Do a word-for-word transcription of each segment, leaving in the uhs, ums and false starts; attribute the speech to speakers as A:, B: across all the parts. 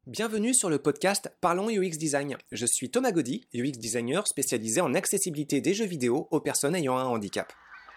A: Bienvenue sur le podcast Parlons U X Design. Je suis Thomas Gaudy, U X designer spécialisé en accessibilité des jeux vidéo aux personnes ayant un handicap.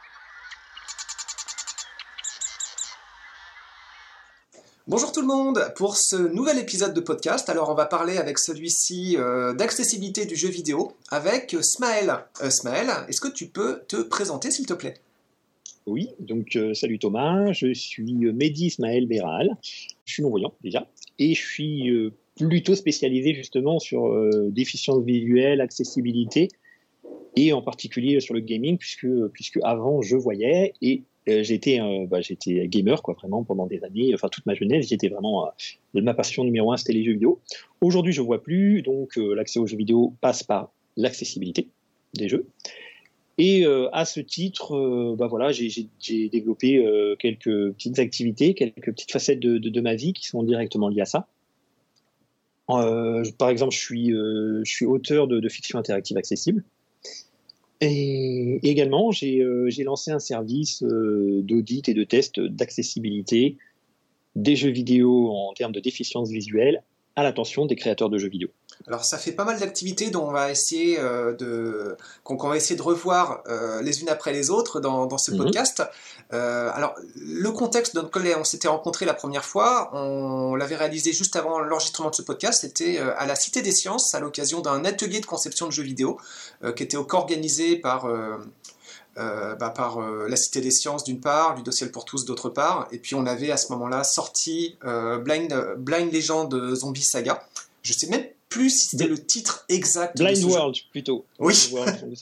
A: Bonjour tout le monde, pour ce nouvel épisode de podcast, alors on va parler avec celui-ci euh, d'accessibilité du jeu vidéo avec Smaël. Euh, Smaël, est-ce que tu peux te présenter s'il te plaît ?
B: Oui, donc euh, salut Thomas, je suis Mehdi Ismaël Béral, je suis non-voyant déjà, et je suis euh, plutôt spécialisé justement sur euh, déficience visuelle, accessibilité, et en particulier sur le gaming, puisque, puisque avant je voyais, et euh, j'étais, euh, bah, j'étais gamer quoi, vraiment pendant des années, enfin toute ma jeunesse, j'étais vraiment, euh, ma passion numéro un c'était les jeux vidéo. Aujourd'hui je ne vois plus, donc euh, l'accès aux jeux vidéo passe par l'accessibilité des jeux. Et euh, à ce titre, euh, bah voilà, j'ai, j'ai, j'ai développé euh, quelques petites activités, quelques petites facettes de, de, de ma vie qui sont directement liées à ça. Euh, par exemple, je suis, euh, je suis auteur de, de fiction interactive accessible. Et également, j'ai, euh, j'ai lancé un service euh, d'audit et de test d'accessibilité des jeux vidéo en termes de déficience visuelle à l'attention des créateurs de jeux vidéo.
A: Alors ça fait pas mal d'activités dont on va essayer euh, de qu'on, qu'on va essayer de revoir euh, les unes après les autres dans, dans ce mmh. podcast. Euh, alors le contexte dans lequel on s'était rencontrés la première fois, on l'avait réalisé juste avant l'enregistrement de ce podcast, c'était euh, à la Cité des Sciences à l'occasion d'un atelier de conception de jeux vidéo euh, qui était organisé par euh, Euh, bah, par euh, la Cité des Sciences d'une part, Ludociel pour tous d'autre part, et puis on avait à ce moment-là sorti euh, Blind, Blind Legend Zombie Saga. Je sais même plus si c'était le titre exact.
B: Blind World jeu. Plutôt.
A: Oui.
B: Blind World.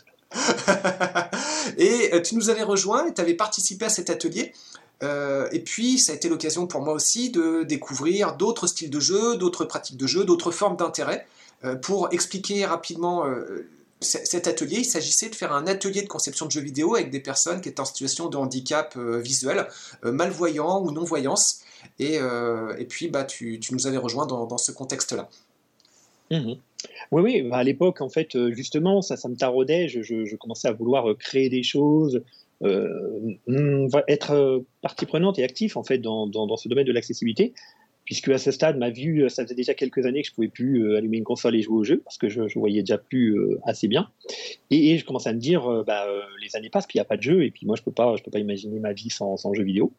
A: Et euh, tu nous avais rejoint et tu avais participé à cet atelier. Euh, et puis ça a été l'occasion pour moi aussi de découvrir d'autres styles de jeu, d'autres pratiques de jeu, d'autres formes d'intérêt. Euh, pour expliquer rapidement euh, cet atelier, il s'agissait de faire un atelier de conception de jeux vidéo avec des personnes qui étaient en situation de handicap euh, visuel, euh, malvoyant ou non-voyance. Et, euh, et puis, bah, tu, tu nous avais rejoint dans, dans ce contexte-là.
B: Mmh. Oui, oui. Bah, à l'époque, en fait, justement, ça, ça me taraudait. Je, je, je commençais à vouloir créer des choses, euh, être partie prenante et actif, en fait, dans, dans, dans ce domaine de l'accessibilité. Puisque à ce stade, ma vue, ça faisait déjà quelques années que je ne pouvais plus euh, allumer une console et jouer au jeu, parce que je ne voyais déjà plus euh, assez bien. Et, et je commençais à me dire, euh, bah, euh, les années passent, puis il n'y a pas de jeu, et puis moi, je ne peux pas, je peux pas imaginer ma vie sans, sans jeux vidéo.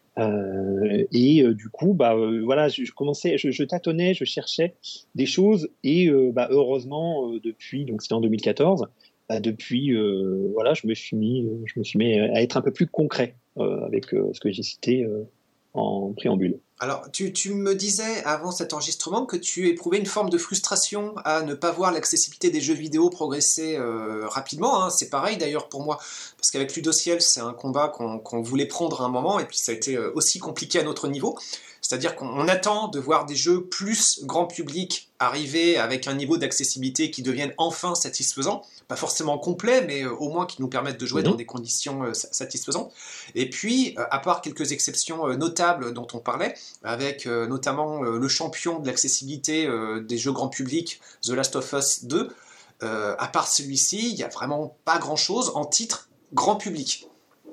B: Euh, et euh, du coup, bah, euh, voilà, je, je commençais, je, je tâtonnais, je cherchais des choses, et euh, bah, heureusement, euh, depuis, donc c'était en deux mille quatorze, bah, depuis, euh, voilà, je me suis mis, je me suis mis à être un peu plus concret euh, avec euh, ce que j'ai cité euh, en préambule.
A: Alors, tu, tu me disais avant cet enregistrement que tu éprouvais une forme de frustration à ne pas voir l'accessibilité des jeux vidéo progresser euh, rapidement. Hein. C'est pareil d'ailleurs pour moi, parce qu'avec Ludociel, c'est un combat qu'on, qu'on voulait prendre à un moment, et puis ça a été aussi compliqué à notre niveau. C'est-à-dire qu'on attend de voir des jeux plus grand public arriver avec un niveau d'accessibilité qui devienne enfin satisfaisant. Pas forcément complet, mais au moins qui nous permettent de jouer mmh. dans des conditions satisfaisantes. Et puis, à part quelques exceptions notables dont on parlait, avec notamment le champion de l'accessibilité des jeux grand public, The Last of Us deux, à part celui-ci, il n'y a vraiment pas grand-chose en titre grand public.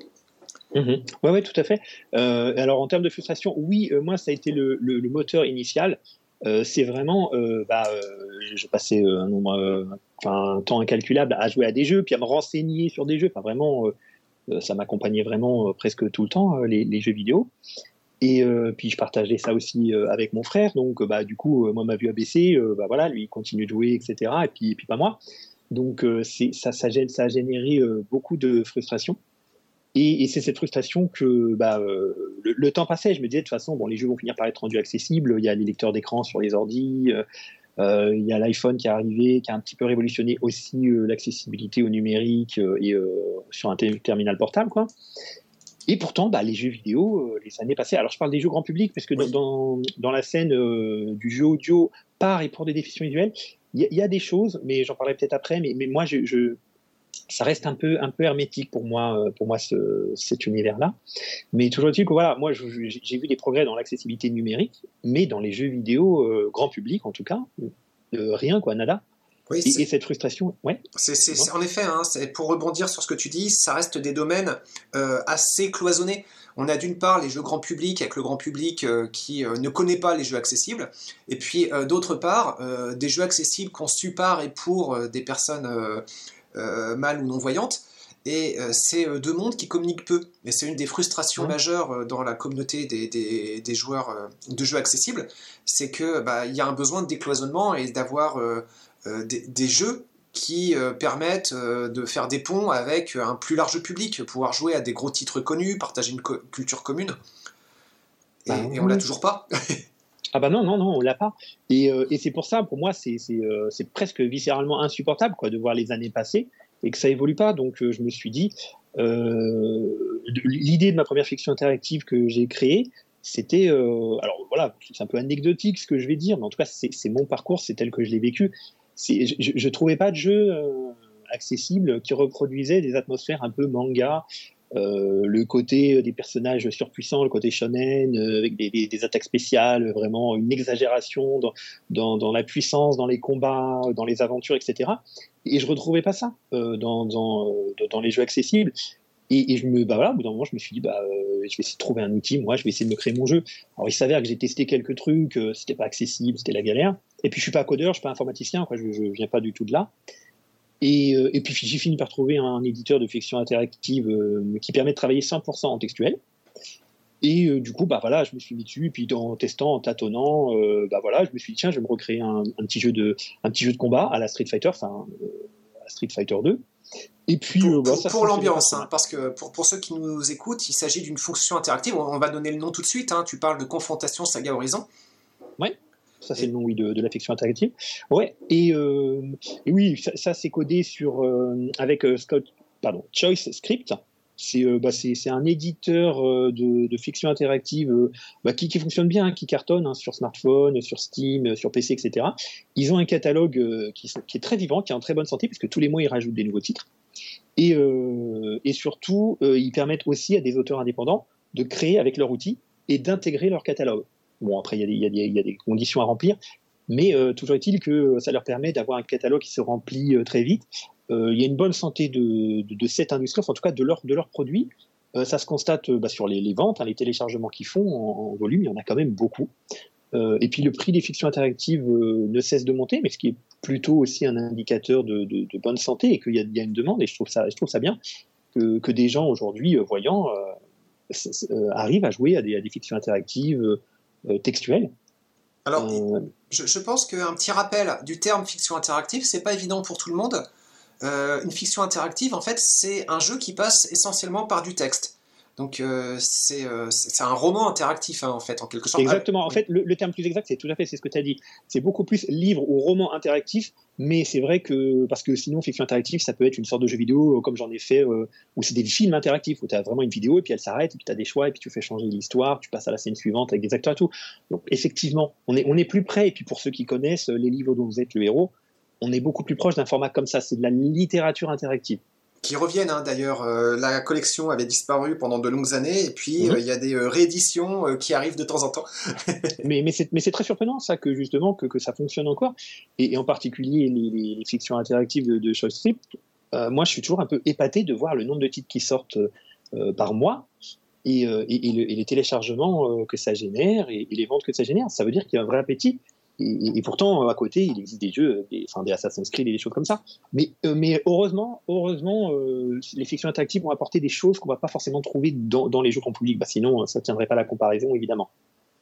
B: Mmh. Oui, ouais, tout à fait. Euh, alors, en termes de frustration, oui, euh, moi, ça a été le, le, le moteur initial. Euh, c'est vraiment, euh, bah, euh, je passais un nombre, euh, enfin, un temps incalculable à jouer à des jeux, puis à me renseigner sur des jeux. Enfin, vraiment, euh, ça m'accompagnait vraiment euh, presque tout le temps, euh, les, les jeux vidéo. Et euh, puis, je partageais ça aussi euh, avec mon frère. Donc, euh, bah, du coup, euh, moi, ma vue a baissé. Euh, bah, voilà, lui, il continue de jouer, et cetera. Et puis, et puis pas moi. Donc, euh, c'est, ça, ça, ça a généré euh, beaucoup de frustration. Et, et c'est cette frustration que bah, euh, le, le temps passait. Je me disais de toute façon, bon, les jeux vont finir par être rendus accessibles. Il y a les lecteurs d'écran sur les ordis. Euh, il y a l'iPhone qui est arrivé, qui a un petit peu révolutionné aussi euh, l'accessibilité au numérique euh, et euh, sur un t- terminal portable, quoi. Et pourtant, bah, les jeux vidéo, euh, les années passées. Alors, je parle des jeux grand public parce que oui. dans, dans la scène euh, du jeu audio par et pour des déficients visuels, il y, y a des choses, mais j'en parlerai peut-être après. Mais, mais moi, je, je ça reste un peu, un peu hermétique pour moi, pour moi ce, cet univers-là. Mais toujours est-il que voilà, moi je, j'ai vu des progrès dans l'accessibilité numérique, mais dans les jeux vidéo euh, grand public en tout cas, euh, rien quoi, nada. Oui, et, et cette frustration, ouais.
A: C'est, c'est, c'est, en effet, hein, c'est, pour rebondir sur ce que tu dis, ça reste des domaines euh, assez cloisonnés. On a d'une part les jeux grand public, avec le grand public euh, qui euh, ne connaît pas les jeux accessibles, et puis euh, d'autre part, euh, des jeux accessibles conçus par et pour euh, des personnes euh, euh, mal ou non-voyantes, et euh, c'est euh, deux mondes qui communiquent peu. Et c'est une des frustrations
B: Ouais.
A: majeures euh, dans la communauté des, des, des joueurs euh, de jeux accessibles, c'est que bah, y a un besoin de décloisonnement et d'avoir euh, euh, des, des jeux qui euh, permettent euh, de faire des ponts avec un plus large public, pouvoir jouer à des gros titres connus, partager une co- culture commune. Et,
B: Bah,
A: et on l'a
B: oui.
A: toujours pas.
B: Ah bah non, non, non, on l'a pas. Et, euh, et c'est pour ça, pour moi, c'est c'est, euh, c'est presque viscéralement insupportable quoi, de voir les années passer et que ça évolue pas. Donc euh, je me suis dit, euh, de- l'idée de ma première fiction interactive que j'ai créée, c'était, euh, alors voilà, c'est un peu anecdotique ce que je vais dire, mais en tout cas c'est c'est mon parcours, c'est tel que je l'ai vécu. C'est, je, je je trouvais pas de jeu euh, accessible qui reproduisait des atmosphères un peu manga, euh, le côté des personnages surpuissants, le côté shonen, euh, avec des, des, des attaques spéciales, vraiment une exagération dans, dans, dans la puissance, dans les combats, dans les aventures, et cetera. Et je retrouvais pas ça euh, dans, dans, euh, dans les jeux accessibles. Et, et je me, bah voilà, au bout d'un moment, je me suis dit, bah, euh, je vais essayer de trouver un outil, moi, je vais essayer de me créer mon jeu. Alors, il s'avère que j'ai testé quelques trucs, euh, c'était pas accessible, c'était la galère. Et puis, je suis pas codeur, je suis pas informaticien, quoi, je, je viens pas du tout de là. Et, euh, et puis j'ai fini par trouver un éditeur de fiction interactive euh, qui permet de travailler cent pour cent en textuel. Et euh, du coup, bah voilà, je me suis mis dessus. Et puis en testant, en tâtonnant, euh, bah voilà, je me suis dit tiens, je vais me recréer un, un petit jeu de, un petit jeu de combat à la Street Fighter, enfin euh, à la Street Fighter deux. Et puis
A: Pour,
B: euh, bah,
A: pour,
B: ça
A: pour
B: fonctionnait pas
A: l'ambiance,
B: trop
A: hein,
B: mal.
A: parce que pour, pour ceux qui nous écoutent, il s'agit d'une fonction interactive. On, on va donner le nom tout de suite. Hein. Tu parles de Confrontation Saga Horizon.
B: Ouais. Ça, c'est
A: Et,
B: le nom, oui, de, de la fiction interactive. Ouais, et, euh, et oui, ça, ça c'est codé sur, euh, avec euh, Scott, pardon, Choice Script. C'est euh, bah, c'est c'est un éditeur euh, de, de fiction interactive euh, bah, qui, qui fonctionne bien, hein, qui cartonne hein, sur smartphone, sur Steam, sur P C, et cetera. Ils ont un catalogue euh, qui, qui est très vivant, qui est en très bonne santé, puisque tous les mois, ils rajoutent des nouveaux titres. Et, euh, et surtout, euh, ils permettent aussi à des auteurs indépendants de créer avec leur outil et d'intégrer leur catalogue. Bon, après, il y, y, y, y a des conditions à remplir, mais euh, toujours est-il que ça leur permet d'avoir un catalogue qui se remplit euh, très vite. Euh, il y a une bonne santé de, de, de cette industrie, enfin, en tout cas de leurs de leur produits. Euh, ça se constate euh, bah, sur les, les ventes, hein, les téléchargements qu'ils font en, en volume, il y en a quand même beaucoup. Euh, et puis le prix des fictions interactives euh, ne cesse de monter, mais ce qui est plutôt aussi un indicateur de, de, de bonne santé et qu'il y a, il y a une demande, et je trouve ça, je trouve ça bien que, que des gens aujourd'hui euh, voyants euh, euh, arrivent à jouer à des, à des fictions interactives euh, textuelles.
A: alors,
B: Euh,
A: je, je pense qu'un petit rappel du terme fiction interactive, c'est pas évident pour tout le monde. Euh, une fiction interactive, en fait, c'est un jeu qui passe essentiellement par du texte. Donc, euh, c'est euh, c'est un roman interactif, hein, en fait, en quelque sorte. Ah,
B: Exactement. En
A: oui.
B: fait, le, le terme plus exact, c'est tout à fait, c'est ce que tu as dit. C'est beaucoup plus livre ou roman interactif, mais c'est vrai que, parce que sinon, fiction interactive, ça peut être une sorte de jeu vidéo, comme j'en ai fait, euh, où c'est des films interactifs, où tu as vraiment une vidéo, et puis elle s'arrête, et puis tu as des choix, et puis tu fais changer l'histoire, tu passes à la scène suivante avec des acteurs et tout. Donc, effectivement, on est, on est plus près, et puis pour ceux qui connaissent les livres dont vous êtes le héros, on est beaucoup plus proche d'un format comme ça. C'est de la littérature interactive.
A: Qui reviennent, hein, d'ailleurs. Euh, la collection avait disparu pendant de longues années, et puis il euh,
B: Mm-hmm.
A: y a des euh, rééditions euh, qui arrivent de temps en temps.
B: Mais, mais c'est mais c'est très surprenant, ça, que justement, que, que ça fonctionne encore. Et, et en particulier, les, les, les fictions interactives de, de Choice Script, euh, moi, je suis toujours un peu épaté de voir le nombre de titres qui sortent euh, par mois et, euh, et, et, le, et les téléchargements euh, que ça génère et, et les ventes que ça génère. Ça veut dire qu'il y a un vrai appétit. Et, et pourtant, à côté, il existe des jeux, des, enfin, des Assassin's Creed et des choses comme ça. Mais, euh, mais heureusement, heureusement euh, les fictions interactives ont apporté des choses qu'on ne va pas forcément trouver dans, dans les jeux grand public. Bah, sinon, ça ne tiendrait pas la comparaison, évidemment.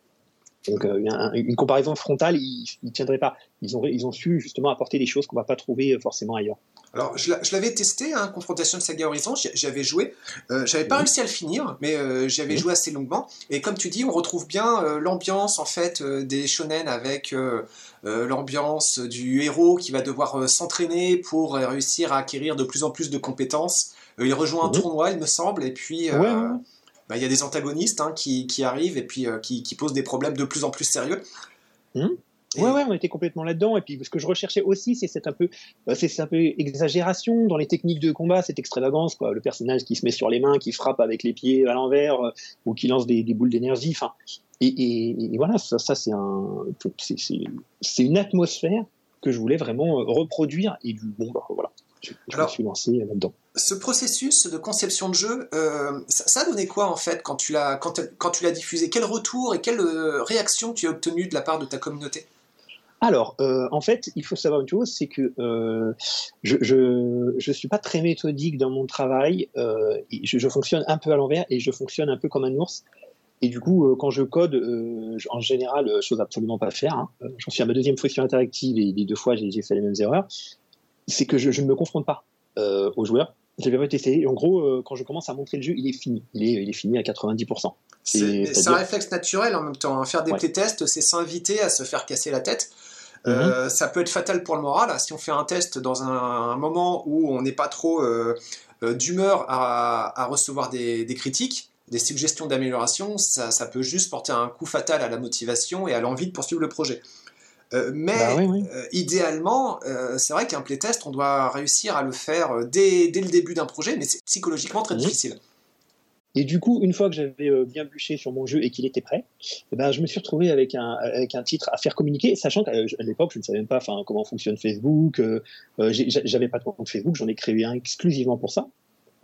B: Donc, euh, un, une comparaison frontale, ils ne tiendraient pas. Ils ont, ils ont su justement apporter des choses qu'on ne va pas trouver forcément ailleurs.
A: Alors, je l'avais testé, hein, Confrontation de Saga Horizon, j'avais joué. Euh, j'avais pas mmh. réussi à le finir, mais euh, j'avais mmh. joué assez longuement. Et comme tu dis, on retrouve bien euh, l'ambiance en fait euh, des shonen avec euh, euh, l'ambiance du héros qui va devoir euh, s'entraîner pour réussir à acquérir de plus en plus de compétences. Euh, il rejoint un mmh. tournoi, il me semble, et puis euh, ouais, ouais. Bah, y a des antagonistes hein, qui, qui arrivent et puis euh, qui, qui posent des problèmes de plus en plus sérieux.
B: Mmh. Et... Ouais, ouais, on était complètement là-dedans. Et puis, ce que je recherchais aussi, c'est cette un peu, c'est un peu exagération dans les techniques de combat, cette extravagance, quoi. Le personnage qui se met sur les mains, qui frappe avec les pieds à l'envers, euh, ou qui lance des, des boules d'énergie. Enfin, et, et, et voilà, ça, ça c'est un, c'est une atmosphère que je voulais vraiment reproduire. Et du bon, bah, voilà. je, je Alors, me suis lancé là-dedans.
A: Ce processus de conception de jeu, euh, ça, ça a donné quoi en fait quand tu l'as, quand, quand tu l'as diffusé? Quel retour et quelle euh, réaction tu as obtenu de la part de ta communauté?
B: Alors, euh, en fait, il faut savoir une chose, c'est que euh, je, je je suis pas très méthodique dans mon travail. Euh, je, je fonctionne un peu à l'envers et je fonctionne un peu comme un ours. Et du coup, euh, quand je code, euh, en général, euh, chose absolument pas à faire. Hein. Euh, J'en suis à ma deuxième fois sur interactive et les deux fois j'ai, j'ai fait les mêmes erreurs. C'est que je, je ne me confronte pas euh, aux joueurs. Je l'ai pas testé. En gros, euh, quand je commence à montrer le jeu, il est fini. Il est, il est fini à quatre-vingt-dix pour cent.
A: C'est, c'est, c'est un réflexe naturel en même temps. Faire des ouais. playtests, c'est s'inviter à se faire casser la tête. Euh, mmh. Ça peut être fatal pour le moral. Si on fait un test dans un, un moment où on n'est pas trop euh, euh, d'humeur à, à recevoir des, des critiques, des suggestions d'amélioration, ça, ça peut juste porter un coup fatal à la motivation et à l'envie de poursuivre le projet. Euh, mais bah oui, oui. Euh, idéalement, euh, c'est vrai qu'un playtest, on doit réussir à le faire dès, dès le début d'un projet, mais c'est psychologiquement très mmh. difficile.
B: Et du coup, une fois que j'avais bien bûché sur mon jeu et qu'il était prêt, eh ben, je me suis retrouvé avec un, avec un titre à faire communiquer, sachant qu'à l'époque, je ne savais même pas comment fonctionne Facebook. Euh, j'avais pas de compte Facebook, j'en ai créé un exclusivement pour ça.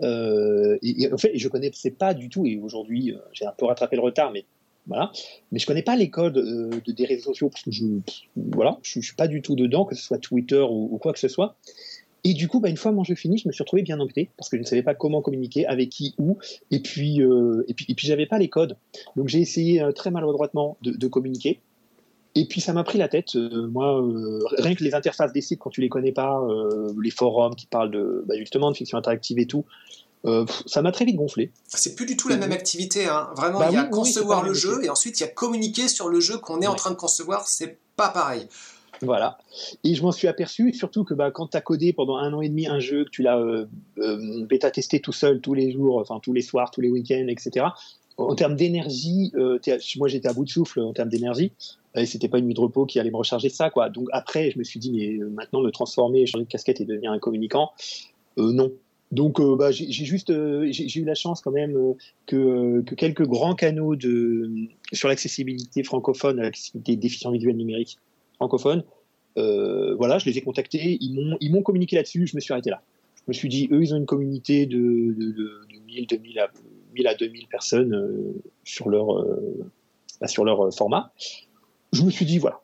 B: Euh, et, et en fait, je connaissais pas du tout, et aujourd'hui, j'ai un peu rattrapé le retard, mais voilà. Mais je connais pas les codes euh, de, des réseaux sociaux, parce que je, voilà, je, je suis pas du tout dedans, que ce soit Twitter ou, ou quoi que ce soit. Et du coup, bah, une fois mon jeu fini, je me suis retrouvé bien embêté parce que je ne savais pas comment communiquer, avec qui, où, et puis, euh, et puis, et puis j'avais pas les codes. Donc j'ai essayé euh, très maladroitement de, de communiquer. Et puis ça m'a pris la tête. Euh, moi, euh, rien que les interfaces des sites quand tu les connais pas, euh, les forums qui parlent de, bah, justement de fiction interactive et tout, euh, ça m'a très vite gonflé.
A: C'est plus du tout la même activité. Hein. Vraiment, bah, il y a oui, concevoir oui, le jeu et ensuite il y a communiquer sur le jeu qu'on est ouais. en train de concevoir. C'est pas pareil.
B: Voilà. Et je m'en suis aperçu, surtout que bah, quand tu as codé pendant un an et demi un jeu, que tu l'as euh, euh, bêta-testé tout seul, tous les jours, enfin tous les soirs, tous les week-ends, et cetera, en termes d'énergie, euh, moi j'étais à bout de souffle en termes d'énergie, et c'était pas une nuit de repos qui allait me recharger ça, quoi. Donc après, je me suis dit, mais maintenant me transformer, changer de casquette et devenir un communicant, euh, non. Donc euh, bah, j'ai, j'ai juste euh, j'ai, j'ai eu la chance quand même euh, que, que quelques grands canaux de, sur l'accessibilité francophone, l'accessibilité des déficients visuels numériques francophones, euh, voilà, je les ai contactés, ils m'ont, ils m'ont communiqué là-dessus, je me suis arrêté là. Je me suis dit, eux, ils ont une communauté de, de, de, de mille, deux mille à, mille à deux mille personnes euh, sur, leur, euh, bah, sur leur euh, format. Je me suis dit, voilà,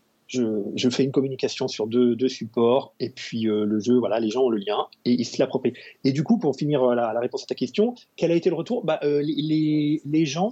B: je, je fais une communication sur deux, deux supports, et puis euh, le jeu, voilà, les gens ont le lien, et ils se l'approprient. Et du coup, pour finir euh, la, la réponse à ta question, quel a été le retour? bah, euh, les, les, les gens,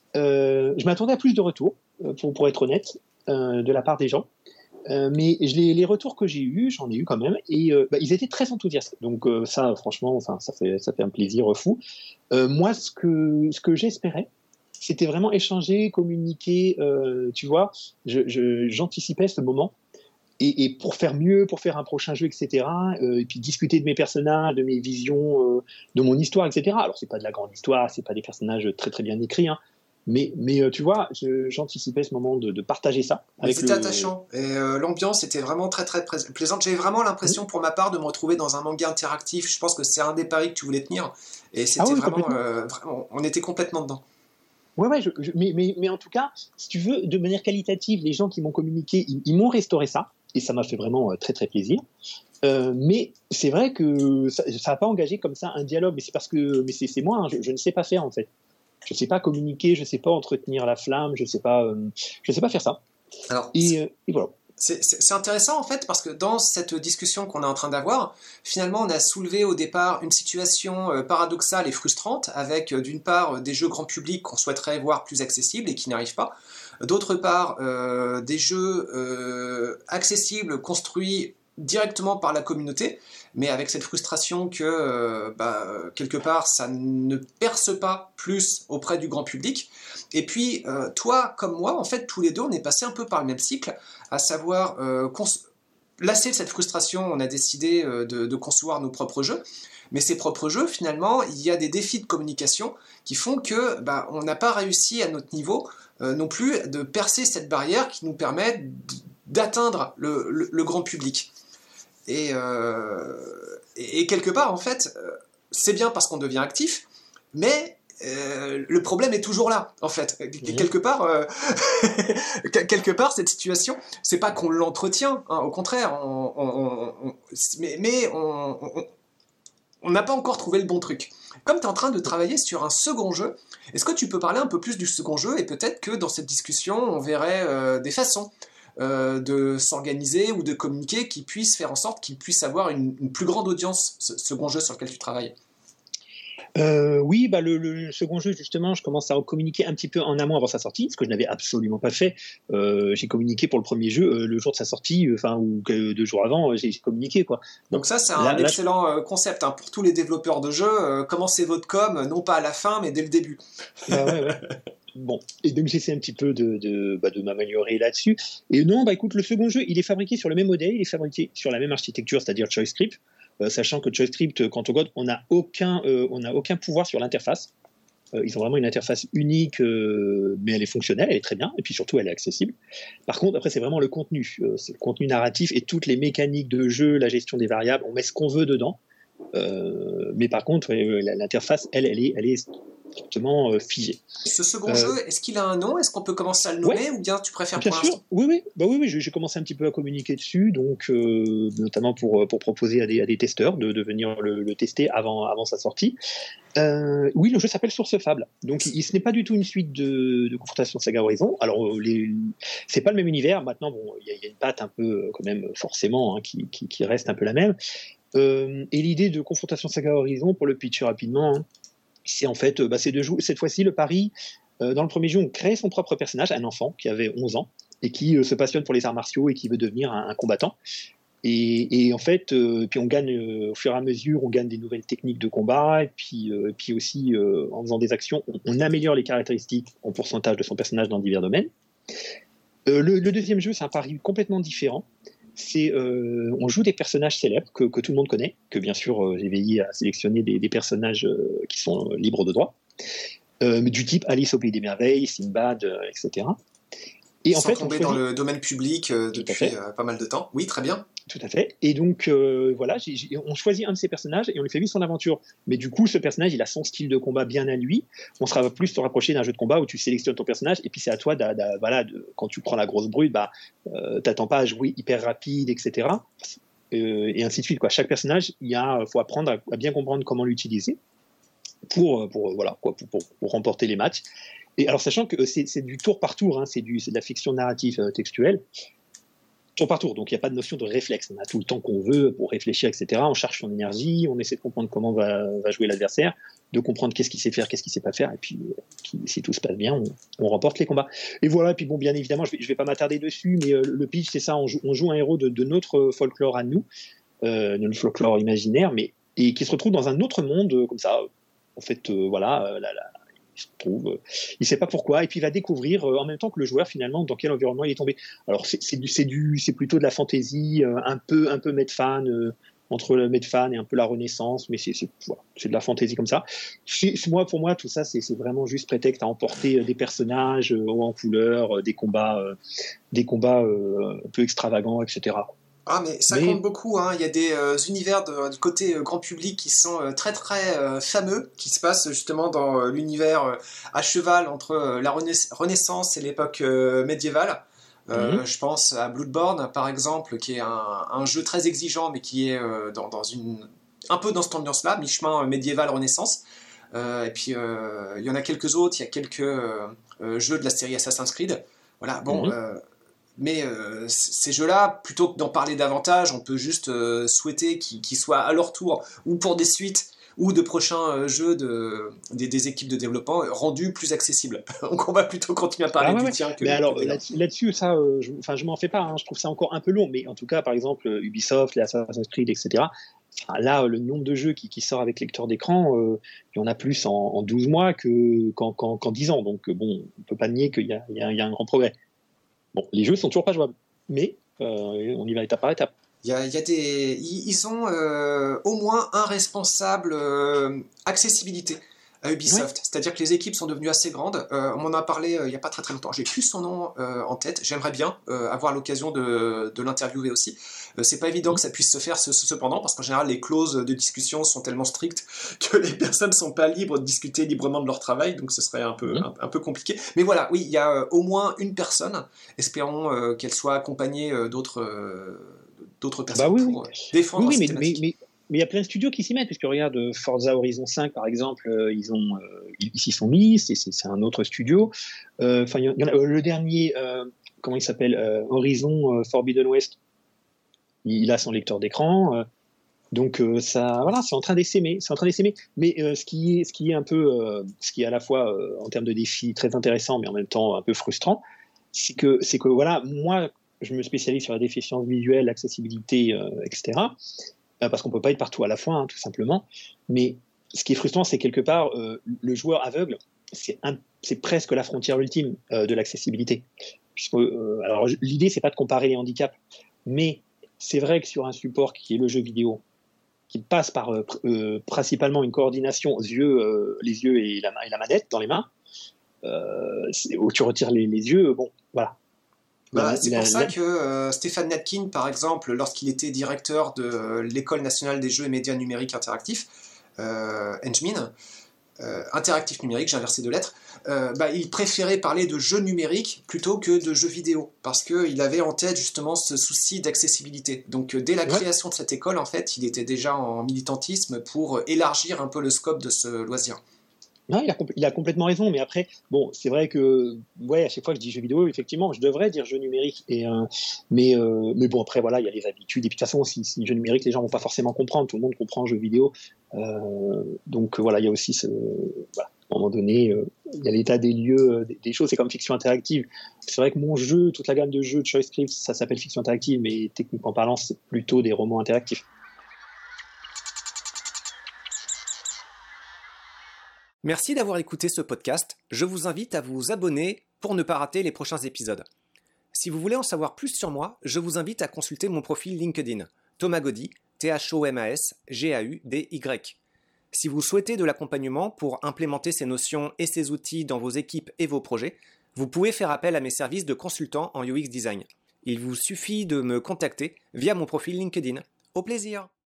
B: euh, je m'attendais à plus de retours, euh, pour, pour être honnête, euh, de la part des gens. Euh, mais je les, les retours que j'ai eus, j'en ai eu quand même, et euh, bah, ils étaient très enthousiastes. Donc euh, ça, franchement, enfin, ça fait, ça fait un plaisir fou. Euh, moi, ce que, ce que j'espérais, c'était vraiment échanger, communiquer. Euh, tu vois, je, je, j'anticipais ce moment. Et, et pour faire mieux, pour faire un prochain jeu, et cetera. Euh, et puis discuter de mes personnages, de mes visions, euh, de mon histoire, et cetera. Alors c'est pas de la grande histoire, c'est pas des personnages très très bien écrits, hein. Mais, mais euh, tu vois, je, j'anticipais ce moment de, de partager ça.
A: Avec c'était le... attachant. Et euh, l'ambiance était vraiment très très plaisante. J'avais vraiment l'impression, mmh. pour ma part, de me retrouver dans un manga interactif. Je pense que c'est un des paris que tu voulais tenir. Et c'était ah oui, vraiment, euh, vraiment... On était complètement dedans.
B: Ouais, ouais, je, je, mais, mais, mais en tout cas, si tu veux, de manière qualitative, les gens qui m'ont communiqué, ils, ils m'ont restauré ça. Et ça m'a fait vraiment euh, très très plaisir. Euh, mais c'est vrai que ça n'a pas engagé comme ça un dialogue. Mais c'est parce que mais c'est, c'est moi, hein, je, je ne sais pas faire en fait. Je ne sais pas communiquer, je ne sais pas entretenir la flamme, je ne sais pas, euh, je sais pas faire ça.
A: Alors,
B: et, euh, et voilà.
A: C'est, c'est, c'est intéressant en fait parce que dans cette discussion qu'on est en train d'avoir, finalement on a soulevé au départ une situation euh, paradoxale et frustrante avec euh, d'une part euh, des jeux grand public qu'on souhaiterait voir plus accessibles et qui n'arrivent pas, d'autre part euh, des jeux euh, accessibles construits directement par la communauté, mais avec cette frustration que euh, bah, quelque part ça ne perce pas plus auprès du grand public. Et puis euh, toi comme moi, en fait tous les deux on est passé un peu par le même cycle, à savoir euh, cons- lasser de cette frustration, on a décidé euh, de, de concevoir nos propres jeux. Mais ces propres jeux, finalement, il y a des défis de communication qui font que bah, on n'a pas réussi à notre niveau euh, non plus de percer cette barrière qui nous permet d'atteindre le, le, le grand public. Et, euh, et, et quelque part, en fait, euh, c'est bien parce qu'on devient actif, mais euh, le problème est toujours là, en fait.
B: Mmh.
A: Quelque part, euh, quelque part, cette situation, c'est pas qu'on l'entretient, hein, au contraire, on, on, on, on, mais, mais on n'a pas encore trouvé le bon truc. Comme tu es en train de travailler sur un second jeu, est-ce que tu peux parler un peu plus du second jeu, et peut-être que dans cette discussion, on verrait euh, des façons euh, de s'organiser ou de communiquer qui puissent faire en sorte qu'il puisse avoir une, une plus grande audience, ce second jeu sur lequel tu travailles?
B: Euh, oui, bah le, le second jeu, justement, je commence à communiquer un petit peu en amont avant sa sortie, ce que je n'avais absolument pas fait. Euh, j'ai communiqué pour le premier jeu euh, le jour de sa sortie, enfin, euh, ou que, deux jours avant, j'ai communiqué, quoi.
A: Donc, Donc ça, c'est un là, excellent là, concept, hein, pour tous les développeurs de jeux. Euh, commencez votre com, non pas à la fin, mais dès le début.
B: Bah ouais, ouais. Bon, et donc j'essaie un petit peu de, de, bah, de m'améliorer là-dessus. Et non, bah écoute, le second jeu, il est fabriqué sur le même modèle, il est fabriqué sur la même architecture, c'est-à-dire ChoiceScript. Euh, sachant que ChoiceScript, quant au code, on n'a aucun, euh, on n'a aucun pouvoir sur l'interface. Euh, ils ont vraiment une interface unique, euh, mais elle est fonctionnelle, elle est très bien, et puis surtout elle est accessible. Par contre, après, c'est vraiment le contenu. Euh, c'est le contenu narratif et toutes les mécaniques de jeu, la gestion des variables, on met ce qu'on veut dedans. Euh, mais par contre, euh, l'interface, elle, elle est, elle est strictement euh, figée.
A: Ce second euh, jeu, est-ce qu'il a un nom? Est-ce qu'on peut commencer à le nommer, ouais, ou bien tu préfères
B: bien
A: pour
B: sûr. Oui, oui, bah oui, oui, j'ai commencé un petit peu à communiquer dessus, donc euh, notamment pour, pour proposer à des, à des testeurs de, de venir le, le tester avant, avant sa sortie. Euh, oui, le jeu s'appelle Source Fable, donc il, ce n'est pas du tout une suite de, de Confrontation Saga Horizon. Alors, les, c'est pas le même univers. Maintenant, bon, il y, y a une patte un peu, quand même, forcément, hein, qui, qui, qui reste un peu la même. Euh, et l'idée de Confrontation Saga Horizon, pour le pitcher rapidement, hein, c'est en fait, bah, c'est de jouer, cette fois-ci, le pari, euh, dans le premier jeu, on crée son propre personnage, un enfant qui avait onze ans, et qui euh, se passionne pour les arts martiaux et qui veut devenir un, un combattant. Et, et en fait, euh, puis on gagne, euh, au fur et à mesure, on gagne des nouvelles techniques de combat, et puis, euh, et puis aussi, euh, en faisant des actions, on, on améliore les caractéristiques en pourcentage de son personnage dans divers domaines. Euh, le, le deuxième jeu, c'est un pari complètement différent. C'est, euh, on joue des personnages célèbres que, que tout le monde connaît, que bien sûr euh, j'ai veillé à sélectionner des, des personnages euh, qui sont euh, libres de droit, euh, du type Alice au Pays des Merveilles, Sinbad, euh, et cetera.
A: Et Sans en fait, tomber choisit... dans le domaine public euh, depuis euh, pas mal de temps. Oui, très bien.
B: Tout à fait. Et donc, euh, voilà, j'ai, j'ai, on choisit un de ces personnages et on lui fait vivre son aventure. Mais du coup, ce personnage, il a son style de combat bien à lui. On sera plus se rapprocher d'un jeu de combat où tu sélectionnes ton personnage et puis c'est à toi, de, de, voilà, de, quand tu prends la grosse brute, bah, euh, t'attends pas à jouer hyper rapide, et cetera. Euh, et ainsi de suite, quoi. Chaque personnage, il y a, faut apprendre à, à bien comprendre comment l'utiliser pour, pour, voilà, quoi, pour, pour, pour remporter les matchs. Et alors, sachant que c'est, c'est du tour par tour, hein, c'est, du, c'est de la fiction narrative euh, textuelle. Tour par tour, donc il n'y a pas de notion de réflexe. On a tout le temps qu'on veut pour réfléchir, et cetera. On cherche son énergie, on essaie de comprendre comment va, va jouer l'adversaire, de comprendre qu'est-ce qu'il sait faire, qu'est-ce qu'il ne sait pas faire, et puis si tout se passe bien, on, on remporte les combats. Et voilà, et puis bon, bien évidemment, je ne vais, vais pas m'attarder dessus, mais euh, le pitch, c'est ça, on joue, on joue un héros de, de notre folklore à nous, euh, de notre folklore imaginaire, mais et qui se retrouve dans un autre monde, euh, comme ça. En fait, euh, voilà, euh, la, la, il se trouve, euh, il ne sait pas pourquoi, et puis il va découvrir euh, en même temps que le joueur finalement dans quel environnement il est tombé. Alors c'est, c'est, du, c'est, du, c'est plutôt de la fantasy, euh, un peu, un peu Medfan, euh, entre le Medfan et un peu la Renaissance, mais c'est, c'est, voilà, c'est de la fantasy comme ça. C'est, c'est, moi, pour moi, tout ça, c'est, c'est vraiment juste prétexte à emporter euh, des personnages euh, en couleur, euh, des combats, euh, des combats euh, un peu extravagants, et cetera.
A: Ah, mais ça mais... compte beaucoup, hein. Il y a des euh, univers de, du côté euh, grand public qui sont euh, très très euh, fameux, qui se passent justement dans euh, l'univers euh, à cheval entre euh, la rena- Renaissance et l'époque euh, médiévale. Euh, mm-hmm. Je pense à Bloodborne, par exemple, qui est un, un jeu très exigeant, mais qui est euh, dans, dans une, un peu dans cette ambiance-là, mi-chemin euh, médiéval-Renaissance. Euh, et puis, euh, il y en a quelques autres, il y a quelques euh, euh, jeux de la série Assassin's Creed. Voilà, bon... Mm-hmm. Euh, Mais euh, ces jeux-là, plutôt que d'en parler davantage, on peut juste euh, souhaiter qu'ils, qu'ils soient à leur tour, ou pour des suites, ou de prochains euh, jeux de, des, des équipes de développement rendus plus accessibles. Donc on va plutôt continuer à parler ah, ouais, du ouais. tien que...
B: Mais alors,
A: que
B: là-dessus, là-dessus, ça, euh, je, je m'en fais pas, hein, je trouve ça encore un peu long, mais en tout cas, par exemple, Ubisoft, les Assassin's Creed, et cetera, enfin, là, le nombre de jeux qui, qui sort avec lecteur d'écran, euh, il y en a plus en, en douze mois que, qu'en, qu'en, qu'en dix ans. Donc bon, on ne peut pas nier qu'il y a, il y a, il y a un grand progrès. Bon, les jeux sont toujours pas jouables, mais euh, on y va étape par étape.
A: Il y a, il y a des, ils ont euh, au moins un responsable euh, accessibilité. à Ubisoft.
B: Ouais.
A: C'est-à-dire que les équipes sont devenues assez grandes. Euh, on m'en a parlé euh, il n'y a pas très très longtemps. J'ai plus son nom euh, en tête. J'aimerais bien euh, avoir l'occasion de, de l'interviewer aussi. Euh, c'est pas évident
B: Mmh.
A: que ça puisse se faire ce, ce, cependant, parce qu'en général, les clauses de discussion sont tellement strictes que les personnes sont pas libres de discuter librement de leur travail, donc ce serait un peu,
B: Mmh.
A: un, un peu compliqué. Mais voilà, oui, il y a euh, au moins une personne. Espérons euh, qu'elle soit accompagnée euh, d'autres, euh, d'autres
B: Bah
A: personnes
B: oui, oui.
A: pour euh,
B: Oui,
A: défendre
B: oui,
A: cette
B: mais mais
A: thématique.
B: mais mais il y a plein de studios qui s'y mettent, puisque regarde, euh, Forza Horizon cinq, par exemple, euh, ils ont, euh, ils s'y sont mis, c'est c'est- c'est un autre studio. Euh, Enfin, il y en il y en a, euh, le dernier, euh, comment il s'appelle, euh, Horizon euh, Forbidden West, il a son lecteur d'écran. euh, donc euh, ça, voilà, c'est en train d'essaimer, c'est en train d'essaimer. Mais euh, ce qui est, ce qui est un peu, euh, ce qui est à la fois euh, en termes de défi très intéressant, mais en même temps un peu frustrant, c'est que, c'est que voilà, moi, je me spécialise sur la déficience visuelle, l'accessibilité, euh, et cetera. euh, Parce qu'on peut pas être partout à la fois, hein, tout simplement. Mais ce qui est frustrant, c'est quelque part euh, le joueur aveugle, c'est un- c'est presque la frontière ultime euh, de l'accessibilité. Puisque, euh, alors l'idée, c'est pas de comparer les handicaps, mais c'est vrai que sur un support qui est le jeu vidéo, qui passe par euh, pr- euh, principalement une coordination aux yeux, euh, les yeux et la, et la manette dans les mains, euh, c'est- où tu retires les, les yeux, bon, voilà. La,
A: Bah, c'est pour
B: la,
A: ça
B: la,
A: que euh, Stéphane Natkin, par exemple, lorsqu'il était directeur de euh, l'École nationale des jeux et médias numériques interactifs, euh, N G M I N, euh, interactif numérique, j'ai inversé deux lettres, euh, bah, il préférait parler de jeux numériques plutôt que de jeux vidéo, parce qu'il avait en tête justement ce souci d'accessibilité. Donc euh, dès la
B: ouais,
A: création de cette école, en fait, il était déjà en militantisme pour élargir un peu le scope de ce loisir.
B: non, il a, compl- il a complètement raison, mais après, bon, c'est vrai que, ouais, à chaque fois que je dis jeu vidéo, effectivement, je devrais dire jeu numérique, et, euh, mais, euh, mais bon, après, voilà, il y a les habitudes, et puis de toute façon, si, si jeu numérique, les gens vont pas forcément comprendre, tout le monde comprend jeu vidéo, euh, donc voilà, il y a aussi ce, voilà, à un moment donné, euh, il y a l'état des lieux, euh, des, des choses, c'est comme fiction interactive. C'est vrai que mon jeu, toute la gamme de jeux de Choice Scripts, ça s'appelle fiction interactive, mais techniquement parlant, c'est plutôt des romans interactifs.
A: Merci d'avoir écouté ce podcast. Je vous invite à vous abonner pour ne pas rater les prochains épisodes. Si vous voulez en savoir plus sur moi, je vous invite à consulter mon profil LinkedIn, Thomas Gaudy, T H O M A S G A U D Y. Si vous souhaitez de l'accompagnement pour implémenter ces notions et ces outils dans vos équipes et vos projets, vous pouvez faire appel à mes services de consultant en U X Design. Il vous suffit de me contacter via mon profil LinkedIn. Au plaisir!